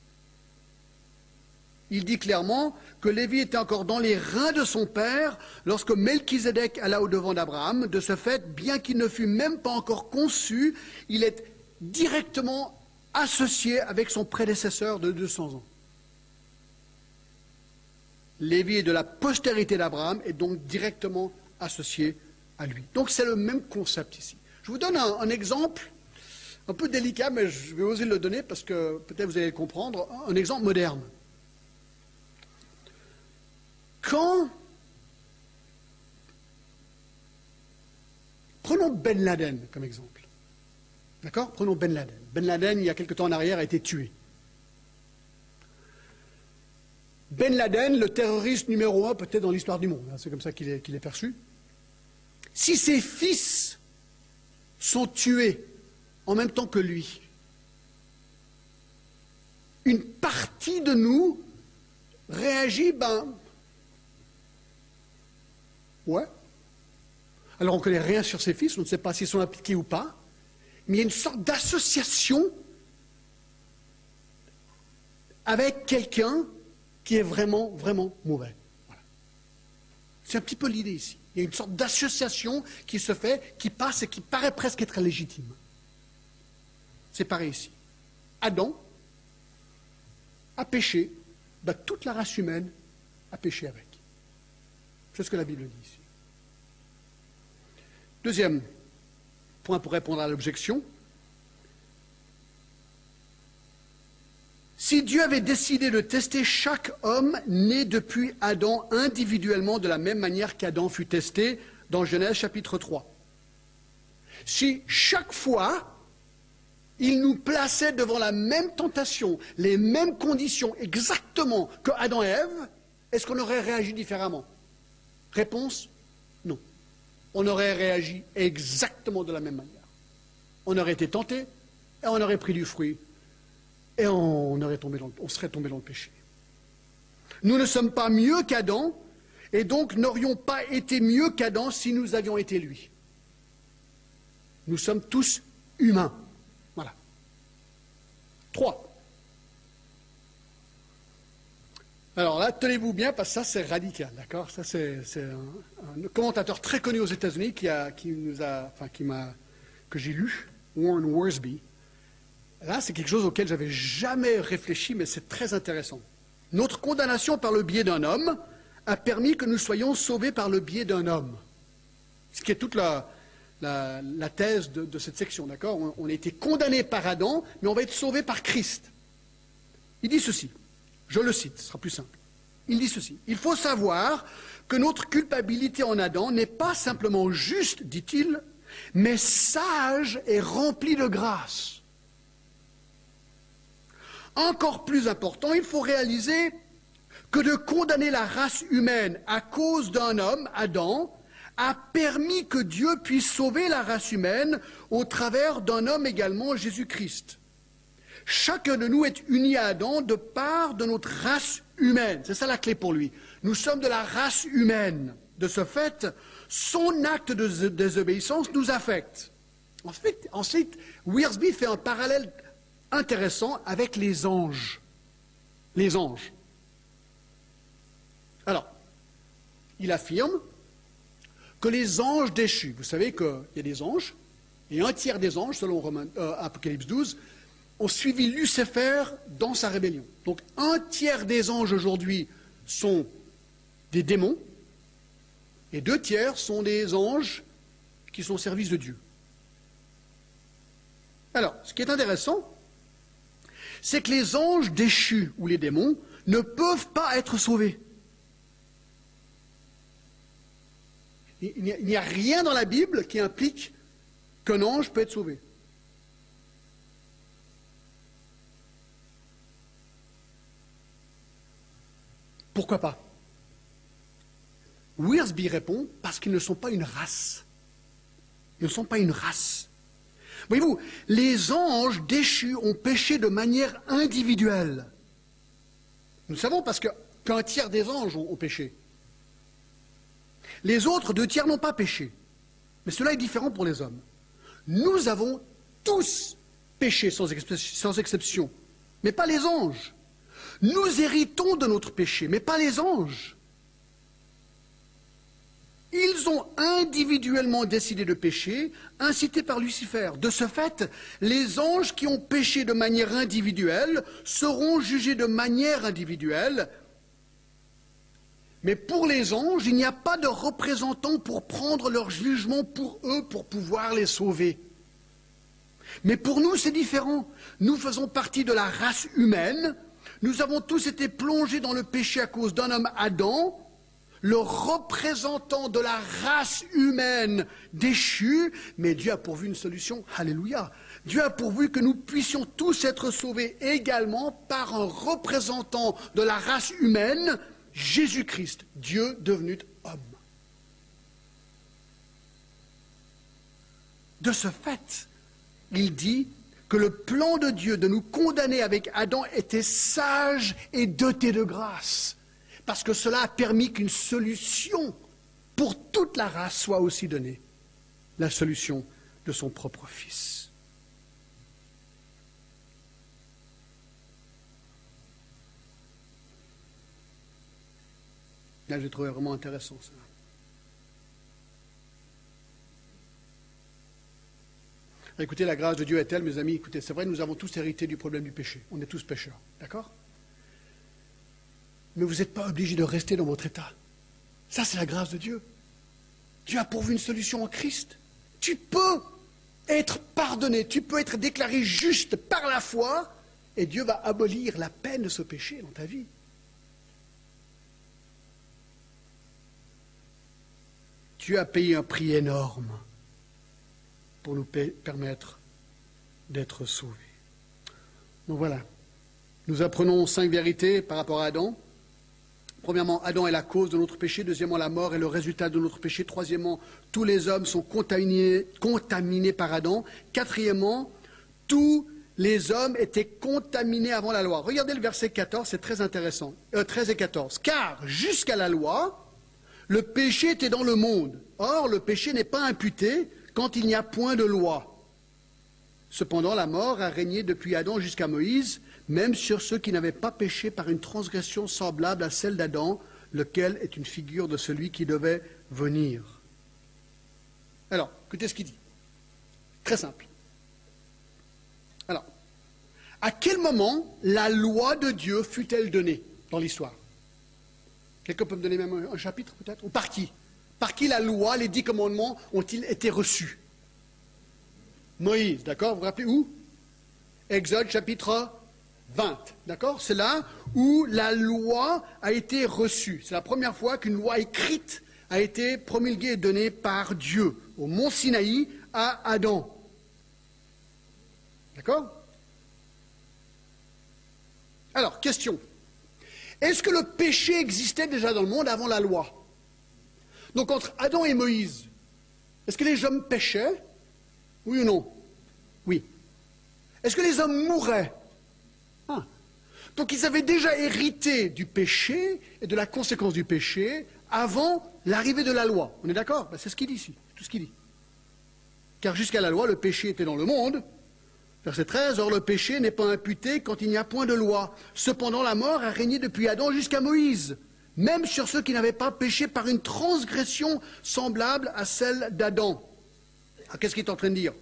Il dit clairement que Lévi était encore dans les reins de son père lorsque Melchizedek alla au-devant d'Abraham. De ce fait, bien qu'il ne fût même pas encore conçu, il est directement associé avec son prédécesseur de 200 ans. Lévi est de la postérité d'Abraham et donc directement associé à lui. Donc c'est le même concept ici. Je vous donne un exemple un peu délicat, mais je vais oser le donner parce que peut-être vous allez le comprendre. Un exemple moderne. Prenons Ben Laden comme exemple. D'accord? Prenons Ben Laden. Ben Laden, il y a quelque temps en arrière, a été tué. Ben Laden, le terroriste numéro 1 peut-être dans l'histoire du monde, c'est comme ça qu'il est perçu. Si ses fils sont tués en même temps que lui, une partie de nous réagit, ouais. Alors on ne connaît rien sur ses fils, on ne sait pas s'ils sont impliqués ou pas, mais il y a une sorte d'association avec quelqu'un qui est vraiment, vraiment mauvais. Voilà. C'est un petit peu l'idée ici. Il y a une sorte d'association qui se fait, qui passe et qui paraît presque être légitime. C'est pareil ici. Adam a péché, toute la race humaine a péché avec. C'est ce que la Bible dit ici. Deuxième point pour répondre à l'objection. Si Dieu avait décidé de tester chaque homme né depuis Adam individuellement de la même manière qu'Adam fut testé dans Genèse chapitre 3, si chaque fois il nous plaçait devant la même tentation, les mêmes conditions exactement que Adam et Ève, est-ce qu'on aurait réagi différemment? Réponse, non. On aurait réagi exactement de la même manière. On aurait été tenté et on aurait pris du fruit et on serait tombé dans le péché. Nous ne sommes pas mieux qu'Adam et donc n'aurions pas été mieux qu'Adam si nous avions été lui. Nous sommes tous humains. Voilà. 3. Alors là, tenez-vous bien, parce que ça, c'est radical, d'accord? Ça, c'est un commentateur très connu aux États-Unis que j'ai lu, Warren Wiersbe. Là, c'est quelque chose auquel j'avais jamais réfléchi, mais c'est très intéressant. Notre condamnation par le biais d'un homme a permis que nous soyons sauvés par le biais d'un homme. Ce qui est toute la thèse de cette section, d'accord? On a été condamnés par Adam, mais on va être sauvés par Christ. Il dit ceci, je le cite, ce sera plus simple. Il dit ceci, il faut savoir que notre culpabilité en Adam n'est pas simplement juste, dit-il, mais sage et remplie de grâce. Encore plus important, il faut réaliser que de condamner la race humaine à cause d'un homme, Adam, a permis que Dieu puisse sauver la race humaine au travers d'un homme également, Jésus-Christ. Chacun de nous est uni à Adam de part de notre race humaine. C'est ça la clé pour lui. Nous sommes de la race humaine. De ce fait, son acte de désobéissance nous affecte. Ensuite, Wiersbe fait un parallèle intéressant avec les anges. Les anges. Alors, il affirme que les anges déchus, vous savez qu'il y a des anges, et un tiers des anges, selon Apocalypse 12, ont suivi Lucifer dans sa rébellion. Donc, un tiers des anges aujourd'hui sont des démons, et 2 tiers sont des anges qui sont au service de Dieu. Alors, ce qui est intéressant, c'est que les anges déchus ou les démons ne peuvent pas être sauvés. Il n'y a rien dans la Bible qui implique qu'un ange peut être sauvé. Pourquoi pas? Wiersbe répond parce qu'ils ne sont pas une race. Ils ne sont pas une race. Voyez-vous, les anges déchus ont péché de manière individuelle. Nous savons parce qu'un tiers des anges ont péché. Les autres 2 tiers n'ont pas péché. Mais cela est différent pour les hommes. Nous avons tous péché sans exception, mais pas les anges. Nous héritons de notre péché, mais pas les anges. Ils ont individuellement décidé de pécher, incités par Lucifer. De ce fait, les anges qui ont péché de manière individuelle seront jugés de manière individuelle. Mais pour les anges, il n'y a pas de représentant pour prendre leur jugement pour eux, pour pouvoir les sauver. Mais pour nous, c'est différent. Nous faisons partie de la race humaine. Nous avons tous été plongés dans le péché à cause d'un homme, Adam, le représentant de la race humaine déchue, mais Dieu a pourvu une solution. Alléluia. Dieu a pourvu que nous puissions tous être sauvés également par un représentant de la race humaine, Jésus-Christ, Dieu devenu homme. De ce fait, il dit que le plan de Dieu de nous condamner avec Adam était sage et doté de grâce. Parce que cela a permis qu'une solution pour toute la race soit aussi donnée, la solution de son propre Fils. Là, j'ai trouvé vraiment intéressant ça. Écoutez, la grâce de Dieu est telle, mes amis, écoutez, c'est vrai, nous avons tous hérité du problème du péché. On est tous pécheurs, d'accord? Mais vous n'êtes pas obligés de rester dans votre état. Ça, c'est la grâce de Dieu. Dieu a pourvu une solution en Christ. Tu peux être pardonné, tu peux être déclaré juste par la foi, et Dieu va abolir la peine de ce péché dans ta vie. Dieu a payé un prix énorme pour nous permettre d'être sauvés. Donc voilà, nous apprenons 5 vérités par rapport à Adam. Premièrement, Adam est la cause de notre péché. Deuxièmement, la mort est le résultat de notre péché. Troisièmement, tous les hommes sont contaminés par Adam. Quatrièmement, tous les hommes étaient contaminés avant la loi. Regardez le verset 14, c'est très intéressant. 13 et 14. Car jusqu'à la loi, le péché était dans le monde. Or, le péché n'est pas imputé quand il n'y a point de loi. Cependant, la mort a régné depuis Adam jusqu'à Moïse, même sur ceux qui n'avaient pas péché par une transgression semblable à celle d'Adam, lequel est une figure de celui qui devait venir. Alors, écoutez ce qu'il dit. Très simple. Alors, à quel moment la loi de Dieu fut-elle donnée dans l'histoire? Quelqu'un peut me donner même un chapitre peut-être? Ou par qui? Par qui la loi, les 10 commandements ont-ils été reçus? Moïse, d'accord? Vous vous rappelez où? Exode chapitre 20, d'accord? C'est là où la loi a été reçue. C'est la première fois qu'une loi écrite a été promulguée et donnée par Dieu au mont Sinaï à Adam. D'accord? Alors, question. Est-ce que le péché existait déjà dans le monde avant la loi? Donc, entre Adam et Moïse, est-ce que les hommes péchaient? Oui ou non? Oui. Est-ce que les hommes mouraient? Ah. Donc, ils avaient déjà hérité du péché et de la conséquence du péché avant l'arrivée de la loi. On est d'accord? Ben, c'est ce qu'il dit ici, tout ce qu'il dit. Car jusqu'à la loi, le péché était dans le monde. Verset 13, or le péché n'est pas imputé quand il n'y a point de loi. Cependant, la mort a régné depuis Adam jusqu'à Moïse, même sur ceux qui n'avaient pas péché par une transgression semblable à celle d'Adam. Alors, qu'est-ce qu'il est en train de dire?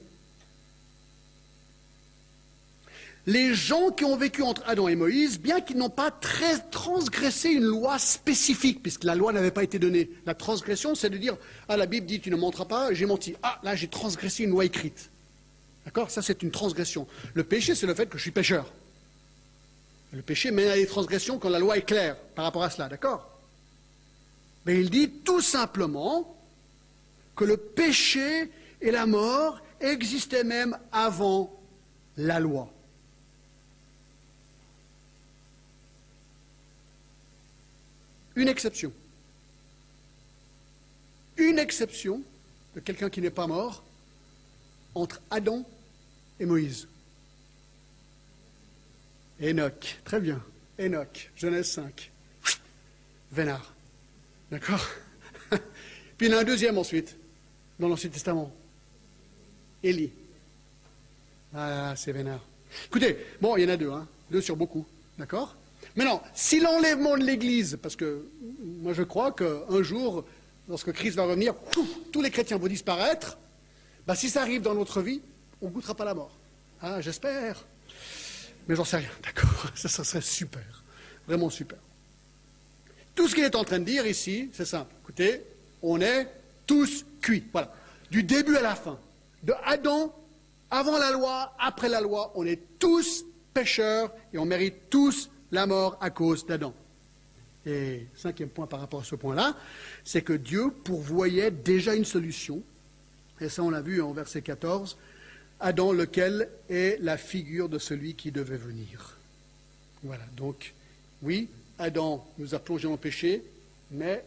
Les gens qui ont vécu entre Adam et Moïse, bien qu'ils n'ont pas très transgressé une loi spécifique, puisque la loi n'avait pas été donnée. La transgression, c'est de dire, ah, la Bible dit, tu ne mentiras pas, j'ai menti. Ah, là, j'ai transgressé une loi écrite. D'accord? Ça, c'est une transgression. Le péché, c'est le fait que je suis pécheur. Le péché mène à des transgressions quand la loi est claire par rapport à cela, d'accord? Mais il dit tout simplement que le péché et la mort existaient même avant la loi. Une exception. Une exception de quelqu'un qui n'est pas mort entre Adam et Moïse. Enoch, très bien. Enoch, Genèse 5. Vénard. D'accord? Puis il y en a un deuxième ensuite, dans l'Ancien Testament. Élie. Ah, c'est Vénard. Écoutez, bon, il y en a deux, hein, 2 sur beaucoup. D'accord? Maintenant, si l'enlèvement de l'Église, parce que moi je crois qu'un jour, lorsque Christ va revenir, tous les chrétiens vont disparaître, ben, si ça arrive dans notre vie, on ne goûtera pas la mort. Ah, j'espère. Mais j'en sais rien, d'accord? Ça serait super. Vraiment super. Tout ce qu'il est en train de dire ici, c'est simple. Écoutez, on est tous cuits. Voilà. Du début à la fin. De Adam, avant la loi, après la loi, on est tous pécheurs et on mérite tous la mort à cause d'Adam. Et 5e point par rapport à ce point-là, c'est que Dieu pourvoyait déjà une solution. Et ça, on l'a vu en verset 14. Adam, lequel est la figure de celui qui devait venir. Voilà, donc, oui, Adam nous a plongés en péché, mais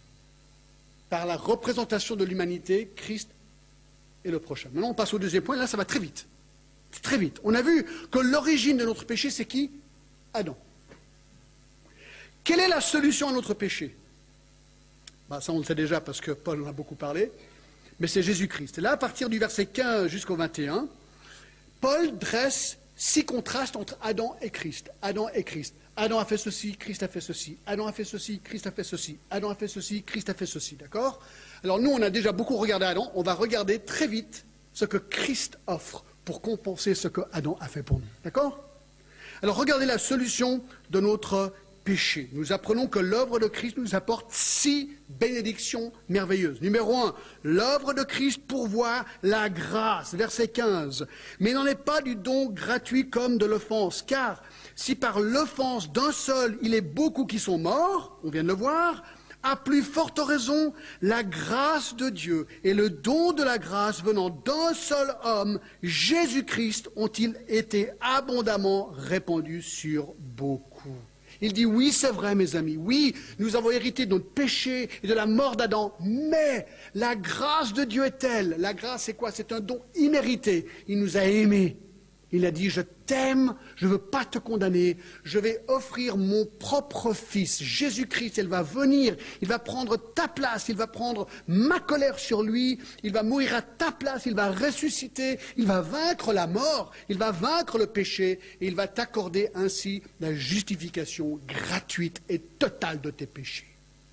par la représentation de l'humanité, Christ est le prochain. Maintenant, on passe au 2e point, là, ça va très vite. Très vite. On a vu que l'origine de notre péché, c'est qui? Adam. Quelle est la solution à notre péché? Ben, ça, on le sait déjà parce que Paul en a beaucoup parlé. Mais c'est Jésus-Christ. Et là, à partir du verset 15 jusqu'au 21, Paul dresse 6 contrastes entre Adam et Christ. Adam et Christ. Adam a fait ceci, Christ a fait ceci. Adam a fait ceci, Christ a fait ceci. Adam a fait ceci, Christ a fait ceci. D'accord? Alors nous, on a déjà beaucoup regardé Adam. On va regarder très vite ce que Christ offre pour compenser ce que Adam a fait pour nous. D'accord? Alors regardez la solution de notre péché. Nous apprenons que l'œuvre de Christ nous apporte 6 bénédictions merveilleuses. Numéro 1, l'œuvre de Christ pourvoit la grâce, verset 15. Mais il n'en est pas du don gratuit comme de l'offense, car si par l'offense d'un seul il est beaucoup qui sont morts, on vient de le voir, à plus forte raison, la grâce de Dieu et le don de la grâce venant d'un seul homme, Jésus-Christ, ont-ils été abondamment répandus sur beaucoup. Il dit, oui, c'est vrai, mes amis, oui, nous avons hérité de notre péché et de la mort d'Adam, mais la grâce de Dieu est telle. La grâce, c'est quoi? C'est un don immérité. Il nous a aimés. Il a dit, je t'aime, je ne veux pas te condamner, je vais offrir mon propre fils, Jésus-Christ, il va venir, il va prendre ta place, il va prendre ma colère sur lui, il va mourir à ta place, il va ressusciter, il va vaincre la mort, il va vaincre le péché, et il va t'accorder ainsi la justification gratuite et totale de tes péchés.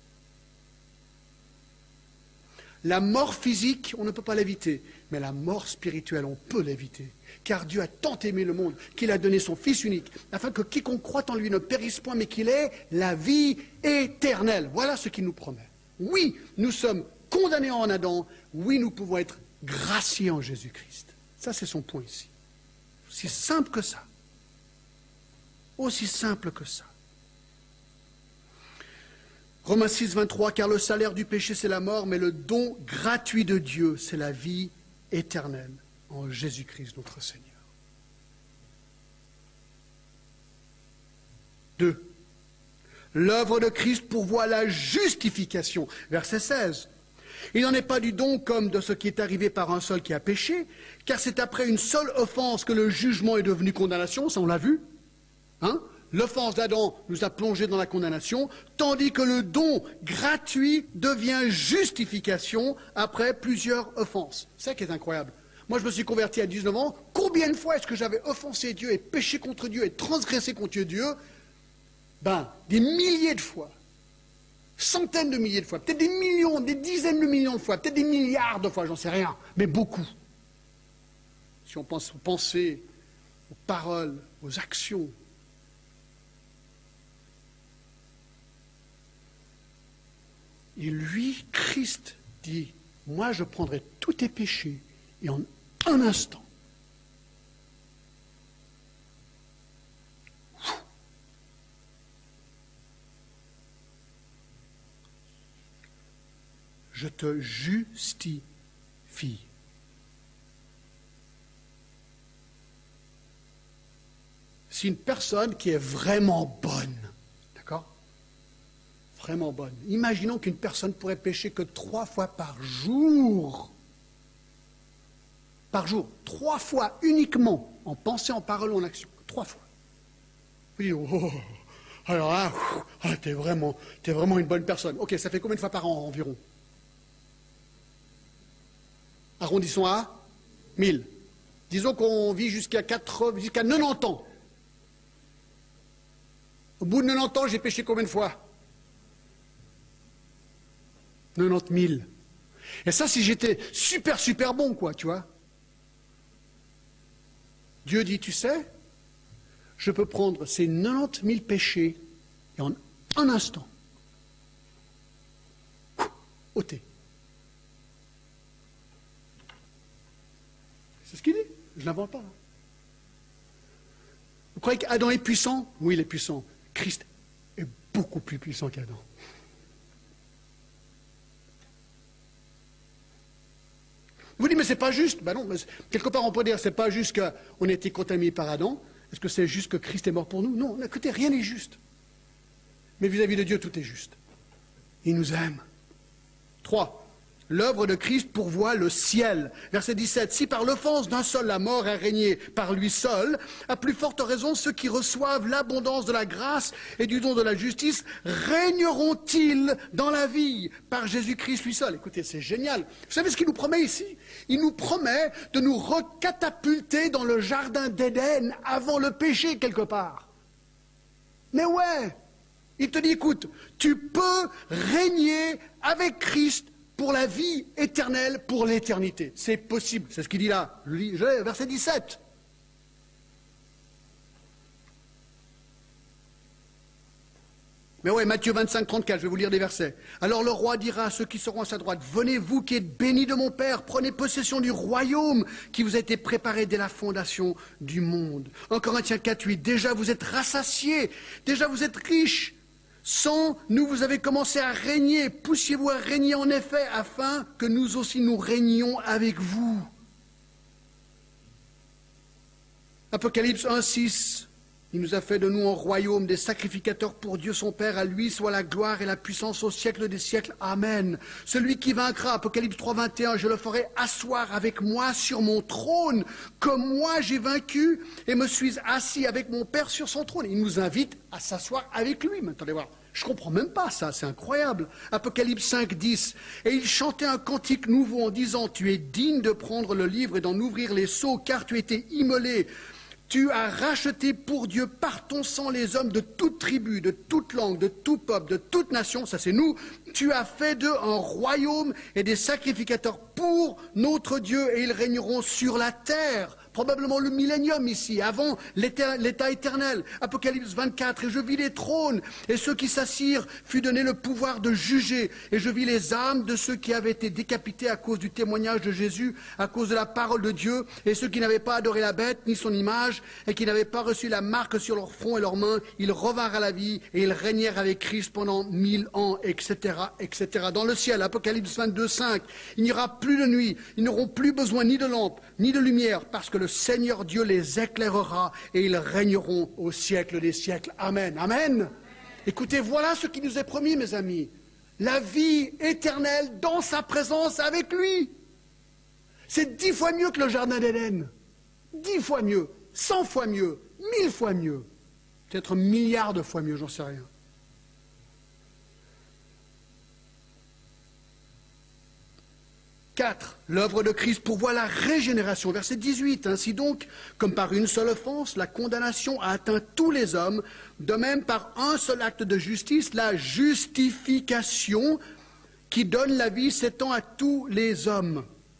La mort physique, on ne peut pas l'éviter, mais la mort spirituelle, on peut l'éviter. Car Dieu a tant aimé le monde qu'il a donné son Fils unique, afin que quiconque croit en lui ne périsse point, mais qu'il ait la vie éternelle. Voilà ce qu'il nous promet. Oui, nous sommes condamnés en Adam, oui, nous pouvons être graciés en Jésus-Christ. Ça, c'est son point ici. Aussi simple que ça. Aussi simple que ça. Romains 6, 23, car le salaire du péché, c'est la mort, mais le don gratuit de Dieu, c'est la vie éternelle en Jésus-Christ, notre Seigneur. 2. L'œuvre de Christ pourvoit la justification. Verset 16. Il n'en est pas du don comme de ce qui est arrivé par un seul qui a péché, car c'est après une seule offense que le jugement est devenu condamnation, ça on l'a vu. Hein? L'offense d'Adam nous a plongés dans la condamnation, tandis que le don gratuit devient justification après plusieurs offenses. C'est ça qui est incroyable. Moi, je me suis converti à 19 ans. Combien de fois est-ce que j'avais offensé Dieu et péché contre Dieu et transgressé contre Dieu? Des milliers de fois. Centaines de milliers de fois. Peut-être des millions, des dizaines de millions de fois. Peut-être des milliards de fois, j'en sais rien. Mais beaucoup. Si on pense aux pensées, aux paroles, aux actions. Et lui, Christ, dit, moi je prendrai tous tes péchés et en un instant, je te justifie. C'est une personne qui est vraiment bonne, d'accord? Vraiment bonne. Imaginons qu'une personne pourrait pécher que 3 fois par jour. Par jour. 3 fois uniquement, en pensée, en parole ou en action. 3 fois. Vous dites, oh, alors là, t'es vraiment une bonne personne. Ok, ça fait combien de fois par an environ? Arrondissons à 1000. Disons qu'on vit jusqu'à 90 ans. Au bout de 90 ans, j'ai péché combien de fois? 90 000. Et ça, si j'étais super bon, quoi, tu vois. Dieu dit, tu sais, je peux prendre ces 90 000 péchés et en un instant, ôter. C'est ce qu'il dit, je ne l'invente pas. Vous croyez qu'Adam est puissant? Oui, il est puissant. Christ est beaucoup plus puissant qu'Adam. Vous dites, mais c'est pas juste. Ben non, mais quelque part on peut dire, c'est pas juste qu'on a été contaminé par Adam. Est-ce que c'est juste que Christ est mort pour nous? Non, écoutez, rien n'est juste. Mais vis-à-vis de Dieu, tout est juste. Il nous aime. 3. L'œuvre de Christ pourvoit le ciel. Verset 17. Si par l'offense d'un seul la mort a régné par lui seul, à plus forte raison ceux qui reçoivent l'abondance de la grâce et du don de la justice régneront-ils dans la vie par Jésus-Christ lui seul. Écoutez, c'est génial. Vous savez ce qu'il nous promet ici? Il nous promet de nous recatapulter dans le jardin d'Éden avant le péché quelque part. Mais ouais, il te dit, écoute, tu peux régner avec Christ pour la vie éternelle, pour l'éternité. C'est possible. C'est ce qu'il dit là. Verset 17. Mais ouais, Matthieu 25, 34, je vais vous lire des versets. Alors le roi dira à ceux qui seront à sa droite, venez vous qui êtes bénis de mon Père, prenez possession du royaume qui vous a été préparé dès la fondation du monde. En Corinthiens 4, 8, déjà vous êtes rassasiés, déjà vous êtes riches. Sans nous, vous avez commencé à régner. Poussiez-vous à régner en effet, afin que nous aussi nous régnions avec vous. Apocalypse 1, 6, Il nous a fait de nous un royaume, des sacrificateurs pour Dieu son Père. À lui soit la gloire et la puissance au siècle des siècles. Amen. Celui qui vaincra, Apocalypse 3, 21, je le ferai asseoir avec moi sur mon trône, comme moi j'ai vaincu et me suis assis avec mon Père sur son trône. Il nous invite à s'asseoir avec lui. Mais attendez voir, je ne comprends même pas ça, c'est incroyable. Apocalypse 5, 10. Et il chantait un cantique nouveau en disant, tu es digne de prendre le livre et d'en ouvrir les sceaux, car tu étais immolé. Tu as racheté pour Dieu par ton sang les hommes de toute tribu, de toute langue, de tout peuple, de toute nation, ça c'est nous. Tu as fait d'eux un royaume et des sacrificateurs pour notre Dieu et ils régneront sur la terre. Probablement le millénium ici, avant l'état éternel. Apocalypse 24, et je vis les trônes, et ceux qui s'assirent fut donné le pouvoir de juger. Et je vis les âmes de ceux qui avaient été décapités à cause du témoignage de Jésus, à cause de la parole de Dieu, et ceux qui n'avaient pas adoré la bête, ni son image, et qui n'avaient pas reçu la marque sur leur front et leurs mains. Ils revinrent à la vie, et ils régnèrent avec Christ pendant 1000 ans, etc., etc. Dans le ciel, Apocalypse 22, 5, il n'y aura plus de nuit, ils n'auront plus besoin ni de lampe, ni de lumière, parce que le Seigneur Dieu les éclairera et ils régneront au siècle des siècles. Amen. Amen. Écoutez, voilà ce qui nous est promis, mes amis. La vie éternelle dans sa présence avec lui. C'est 10 fois mieux que le jardin d'Éden. 10 fois mieux, 100 fois mieux, 1000 fois mieux. Peut-être un milliard de fois mieux, j'en sais rien. 4. L'œuvre de Christ pourvoit la régénération. Verset 18. Ainsi donc, comme par une seule offense, la condamnation a atteint tous les hommes, de même par un seul acte de justice, la justification qui donne la vie s'étend à tous les hommes.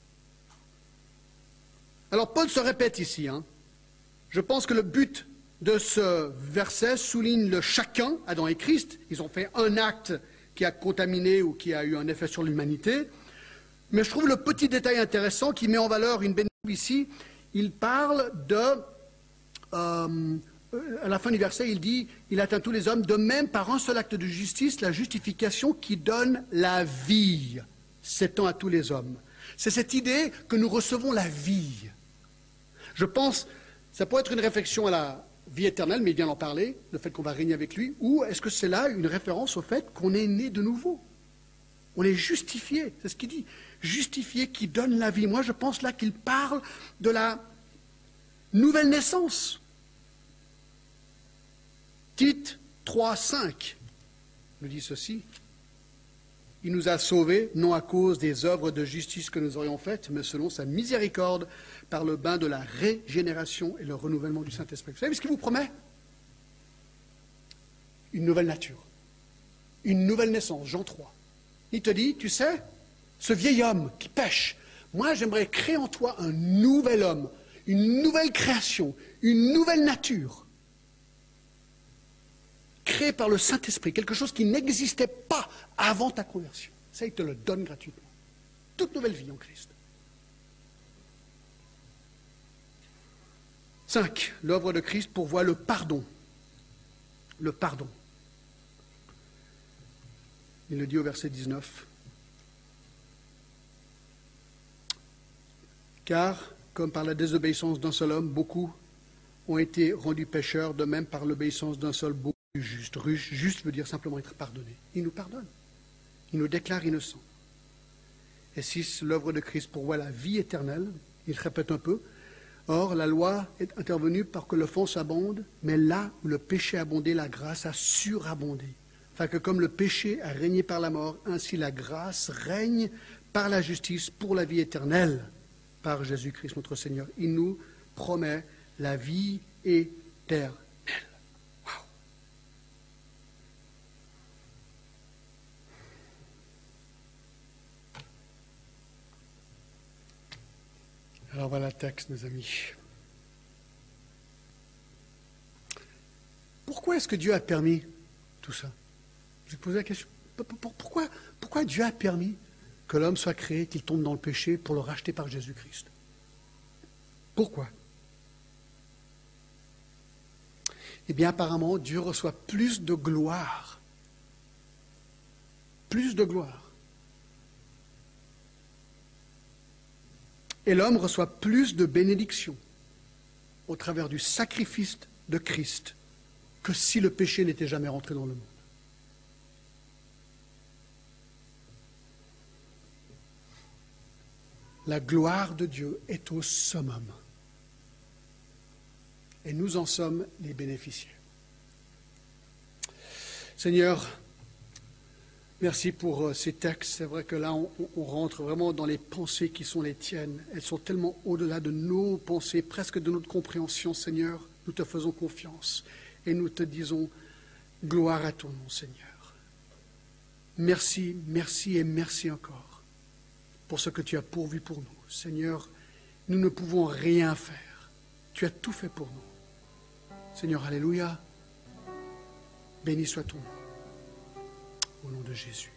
Alors Paul se répète ici. Je pense que le but de ce verset souligne le chacun, Adam et Christ. Ils ont fait un acte qui a contaminé ou qui a eu un effet sur l'humanité. Mais je trouve le petit détail intéressant qui met en valeur une bénédiction ici. Il parle de, à la fin du verset, il dit, il atteint tous les hommes, de même par un seul acte de justice, la justification qui donne la vie, s'étend à tous les hommes. C'est cette idée que nous recevons la vie. Je pense, ça pourrait être une réflexion à la vie éternelle, mais il vient d'en parler, le fait qu'on va régner avec lui, ou est-ce que c'est là une référence au fait qu'on est né de nouveau? On est justifié, c'est ce qu'il dit. Justifié qui donne la vie. Moi, je pense là qu'il parle de la nouvelle naissance. Tite 3, 5 nous dit ceci. Il nous a sauvés, non à cause des œuvres de justice que nous aurions faites, mais selon sa miséricorde, par le bain de la régénération et le renouvellement du Saint-Esprit. Vous savez ce qu'il vous promet? Une nouvelle nature. Une nouvelle naissance, Jean 3. Il te dit, tu sais, ce vieil homme qui pêche, moi j'aimerais créer en toi un nouvel homme, une nouvelle création, une nouvelle nature, créée par le Saint-Esprit, quelque chose qui n'existait pas avant ta conversion. Ça, il te le donne gratuitement. Toute nouvelle vie en Christ. 5. L'œuvre de Christ pourvoit le pardon. Le pardon. Il le dit au verset 19. Car, comme par la désobéissance d'un seul homme, beaucoup ont été rendus pécheurs, de même par l'obéissance d'un seul, beaucoup juste. Juste veut dire simplement être pardonné. Il nous pardonne. Il nous déclare innocents. Et 6, l'œuvre de Christ pourvoit la vie éternelle. Il répète un peu. Or, la loi est intervenue pour que l'offense abonde, mais là où le péché a abondé, la grâce a surabondé. Afin que comme le péché a régné par la mort, ainsi la grâce règne par la justice pour la vie éternelle, par Jésus-Christ notre Seigneur. Il nous promet la vie éternelle. Wow. Alors voilà le texte, mes amis. Pourquoi est-ce que Dieu a permis tout ça? Je vous pose la question. Pourquoi Dieu a permis que l'homme soit créé, qu'il tombe dans le péché pour le racheter par Jésus-Christ? Pourquoi? Eh bien, apparemment, Dieu reçoit plus de gloire. Plus de gloire. Et l'homme reçoit plus de bénédiction au travers du sacrifice de Christ que si le péché n'était jamais rentré dans le monde. La gloire de Dieu est au summum. Et nous en sommes les bénéficiaires. Seigneur, merci pour ces textes. C'est vrai que là, on rentre vraiment dans les pensées qui sont les tiennes. Elles sont tellement au-delà de nos pensées, presque de notre compréhension, Seigneur. Nous te faisons confiance et nous te disons gloire à ton nom, Seigneur. Merci, merci et merci encore pour ce que tu as pourvu pour nous. Seigneur, nous ne pouvons rien faire. Tu as tout fait pour nous. Seigneur, alléluia. Béni soit ton nom. Au nom de Jésus.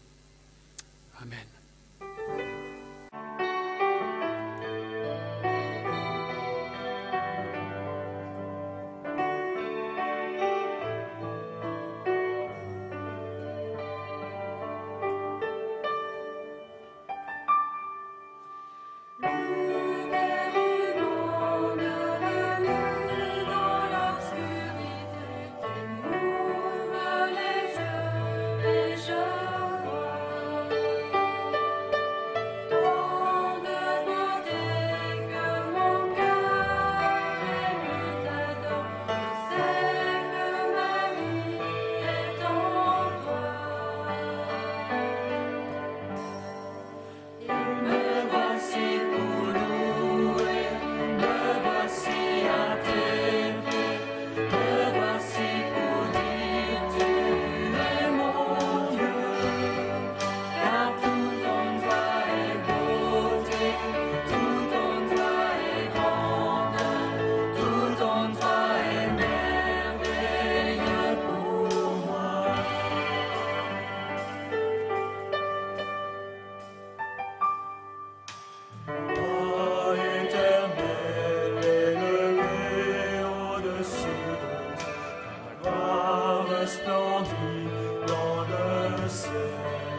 Amen. Splendide dans le ciel.